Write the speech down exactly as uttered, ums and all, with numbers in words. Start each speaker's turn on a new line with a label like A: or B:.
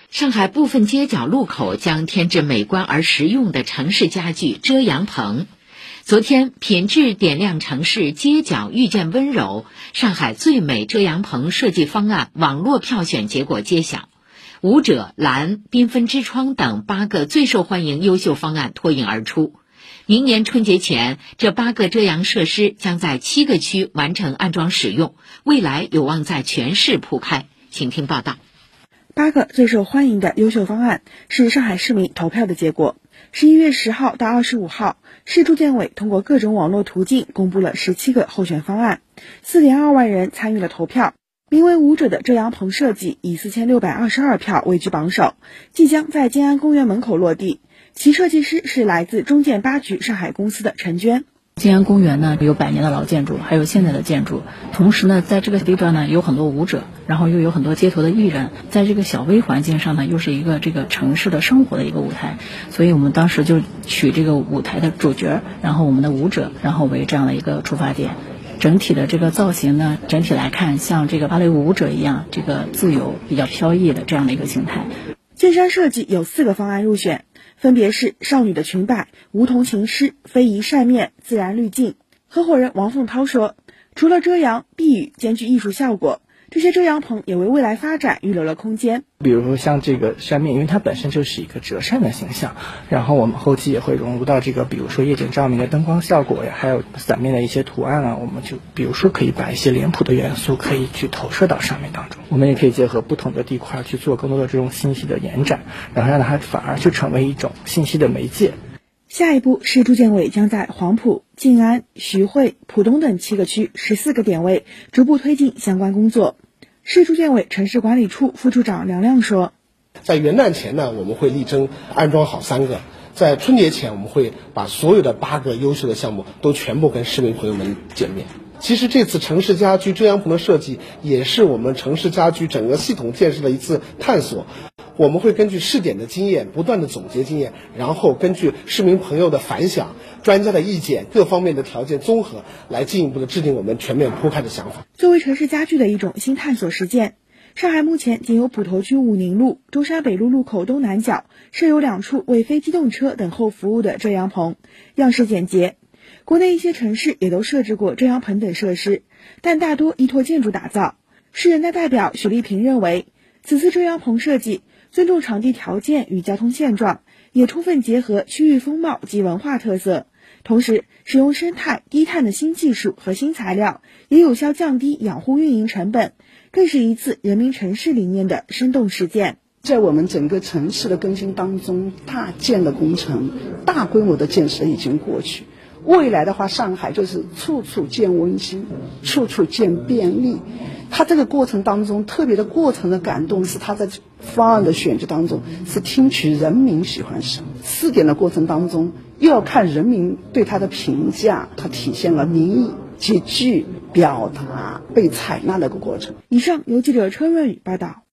A: 上海部分街角路口将添置美观而实用的城市家具遮阳棚。昨天，品质点亮城市街角遇见温柔上海最美遮阳棚设计方案网络票选结果揭晓，舞者、蓝、缤纷之窗等八个最受欢迎优秀方案脱颖而出。明年春节前，这八个遮阳设施将在七个区完成安装使用，未来有望在全市铺开。请听报道。
B: 八个最受欢迎的优秀方案是上海市民投票的结果。十一月十号到二十五号，市住建委通过各种网络途径公布了十七个候选方案， 四点二万人参与了投票。名为舞者的遮阳棚设计以四千六百二十二票位居榜首，即将在建安公园门口落地。其设计师是来自中建八局上海公司的陈娟。
C: 建安公园呢有百年的老建筑，还有现在的建筑，同时呢在这个地段呢有很多舞者，然后又有很多街头的艺人，在这个小微环境上呢又是一个这个城市的生活的一个舞台，所以我们当时就取这个舞台的主角，然后我们的舞者，然后为这样的一个出发点。整体的这个造型呢，整体来看像这个芭蕾舞者一样，这个自由比较飘逸的这样的一个形态。
B: 建商设计有四个方案入选，分别是少女的裙摆、梧桐情诗、非遗扇面、自然滤镜。合伙人王凤涛说，除了遮阳、避雨兼具艺术效果，这些遮阳棚也为未来发展预留了空间。
D: 比如说像这个扇面，因为它本身就是一个折扇的形象，然后我们后期也会融入到这个比如说夜景照明的灯光效果呀，还有伞面的一些图案啊，我们就比如说可以把一些脸谱的元素可以去投射到上面当中。我们也可以结合不同的地块去做更多的这种信息的延展，然后让它反而就成为一种信息的媒介。
B: 下一步，市住建委将在黄埔、静安、徐汇、浦东等七个区十四个点位逐步推进相关工作。市住建委城市管理处副处长梁亮说，
E: 在元旦前呢，我们会力争安装好三个，在春节前我们会把所有的八个优秀的项目都全部跟市民朋友们见面。其实这次城市家居遮阳棚的设计也是我们城市家居整个系统建设的一次探索，我们会根据试点的经验不断的总结经验，然后根据市民朋友的反响、专家的意见、各方面的条件综合，来进一步的制定我们全面铺开的想法。
B: 作为城市家居的一种新探索实践，上海目前仅有浦头区武宁路、中山北路路口东南角设有两处为非机动车等候服务的遮阳棚，样式简洁。国内一些城市也都设置过遮阳棚等设施，但大多依托建筑打造。市人大代表许丽萍认为，此次遮阳棚设计尊重场地条件与交通现状，也充分结合区域风貌及文化特色，同时使用生态低碳的新技术和新材料，也有效降低养护运营成本，更是一次人民城市理念的生动实践。
F: 在我们整个城市的更新当中，大建的工程、大规模的建设已经过去，未来的话，上海就是处处见温馨，处处见便利。它这个过程当中特别的过程的感动是它在方案的选择当中是听取人民喜欢什么，试点的过程当中又要看人民对它的评价，它体现了民意集聚表达被采纳的一个过程。
B: 以上由记者车润宇报道。